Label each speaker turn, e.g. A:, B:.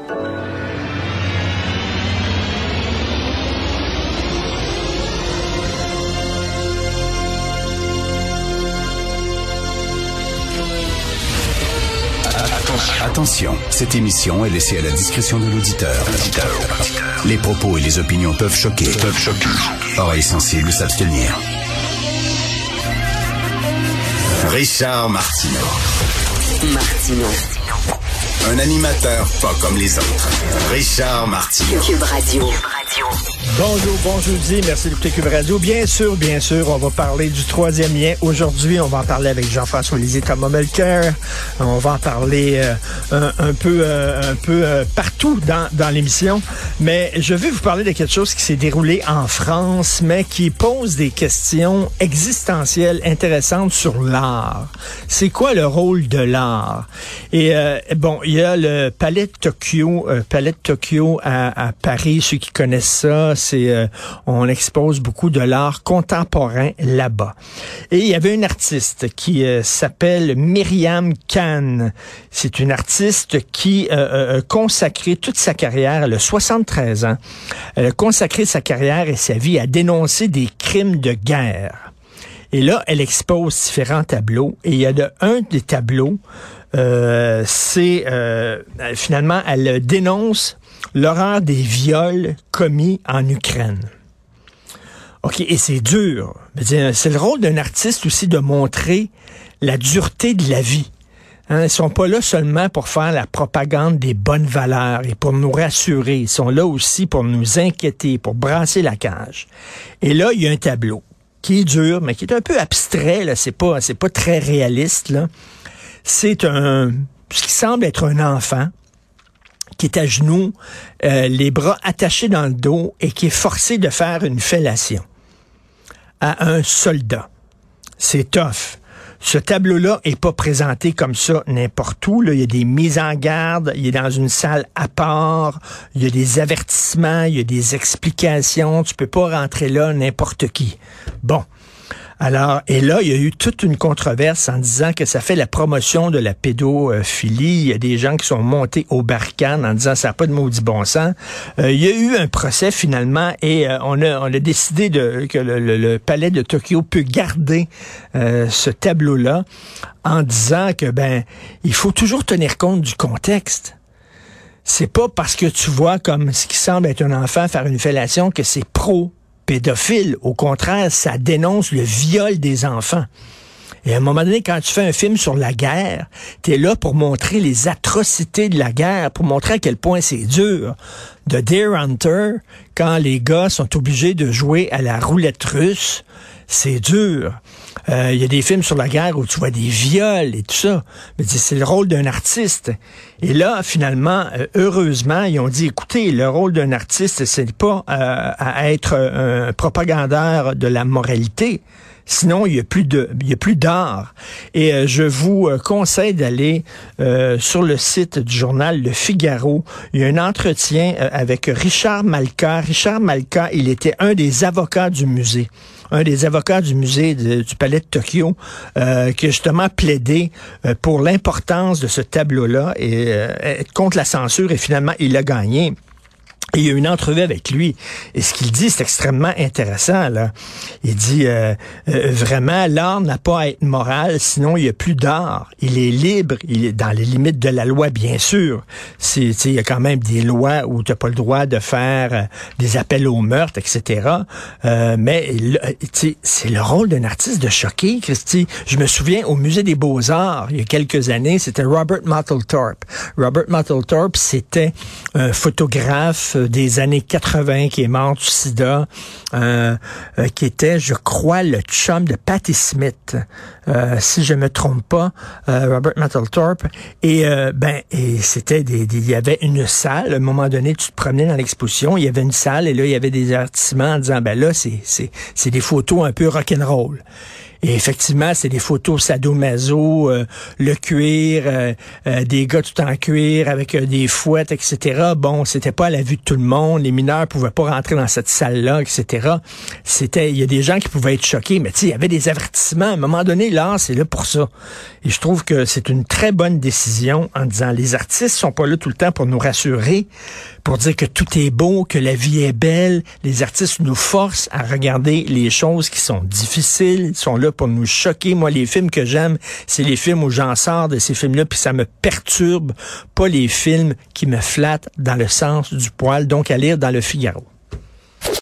A: Attention, cette émission est laissée à la discrétion de l'auditeur. Les propos et les opinions peuvent choquer. Oreilles sensibles s'abstenir. Richard Martineau. Un animateur pas comme les autres. Richard Martineau.
B: Cube Radio.
C: Bonjour, jeudi. Merci d'écouter Cube Radio. Bien sûr, on va parler du troisième lien. Aujourd'hui, on va en parler avec Jean-François Lisée, Thomas Mulcair. On va en parler un peu partout dans l'émission. Mais je vais vous parler de quelque chose qui s'est déroulé en France, mais qui pose des questions existentielles intéressantes sur l'art. C'est quoi le rôle de l'art? Et il y a le Palais de Tokyo à Paris. Ceux qui connaissent ça, on expose beaucoup de l'art contemporain là-bas. Et il y avait une artiste qui s'appelle Myriam Khan. C'est une artiste qui a consacré toute sa carrière, elle a 73 ans, elle a consacré sa carrière et sa vie à dénoncer des crimes de guerre. Et là, elle expose différents tableaux. Et il y a un des tableaux, finalement, elle dénonce l'horreur des viols commis en Ukraine. OK, et c'est dur. C'est le rôle d'un artiste aussi de montrer la dureté de la vie. Ils sont pas là seulement pour faire la propagande des bonnes valeurs et pour nous rassurer. Ils sont là aussi pour nous inquiéter, pour brasser la cage. Et là, il y a un tableau qui est dur, mais qui est un peu abstrait. Là. C'est pas très réaliste. Là. C'est ce qui semble être un enfant qui est à genoux, les bras attachés dans le dos et qui est forcé de faire une fellation à un soldat. C'est tough. Ce tableau-là est pas présenté comme ça n'importe où. Là. Il y a des mises en garde, il est dans une salle à part, il y a des avertissements, il y a des explications. Tu peux pas rentrer là n'importe qui. Bon. Alors, et là, il y a eu toute une controverse en disant que ça fait la promotion de la pédophilie. Il y a des gens qui sont montés aux barricades en disant ça n'a pas de maudit bon sens. Il y a eu un procès finalement et on a décidé que le palais de Tokyo peut garder ce tableau-là en disant que il faut toujours tenir compte du contexte. C'est pas parce que tu vois comme ce qui semble être un enfant faire une fellation que c'est pédophile. Au contraire, ça dénonce le viol des enfants. Et à un moment donné, quand tu fais un film sur la guerre, t'es là pour montrer les atrocités de la guerre, pour montrer à quel point c'est dur. De Deer Hunter, quand les gars sont obligés de jouer à la roulette russe, c'est dur. Il y a des films sur la guerre où tu vois des viols et tout ça. Mais c'est le rôle d'un artiste. Et là, finalement, heureusement, ils ont dit, écoutez, le rôle d'un artiste, c'est pas à être un propagandeur de la moralité. Sinon, il y a plus d'art. Et je vous conseille d'aller sur le site du journal Le Figaro. Il y a un entretien avec Richard Malka. Richard Malka, il était un des avocats du musée. Un des avocats du musée du Palais de Tokyo qui a justement plaidé pour l'importance de ce tableau-là et contre la censure. Et finalement, il a gagné. Et il y a une entrevue avec lui. Et ce qu'il dit, c'est extrêmement intéressant, là. Il dit, vraiment, l'art n'a pas à être moral, sinon il n'y a plus d'art. Il est libre, il est dans les limites de la loi, bien sûr. Il y a quand même des lois où tu n'as pas le droit de faire des appels au meurtre, etc. Mais c'est le rôle d'un artiste de choquer, Christy. Je me souviens, au Musée des Beaux-Arts, il y a quelques années, c'était Robert Mapplethorpe. Robert Mapplethorpe, c'était un photographe des années 80 qui est mort du sida, qui était, je crois, le chum de Patti Smith, si je me trompe pas, Robert Mapplethorpe. Et c'était il y avait une salle. À un moment donné, tu te promenais dans l'exposition, il y avait une salle et là il y avait des avertissements en disant là c'est des photos un peu rock'n'roll. Et effectivement, c'est des photos sadomaso, le cuir, des gars tout en cuir avec des fouettes, etc. Bon, c'était pas à la vue de tout le monde. Les mineurs pouvaient pas rentrer dans cette salle-là, etc. Il y a des gens qui pouvaient être choqués, mais tu sais, il y avait des avertissements. À un moment donné, l'art, c'est là pour ça. Et je trouve que c'est une très bonne décision en disant, les artistes sont pas là tout le temps pour nous rassurer, pour dire que tout est beau, que la vie est belle. Les artistes nous forcent à regarder les choses qui sont difficiles. Ils sont là pour nous choquer. Moi, les films que j'aime, c'est les films où j'en sors de ces films-là, puis ça me perturbe, pas les films qui me flattent dans le sens du poil. Donc, à lire dans Le Figaro.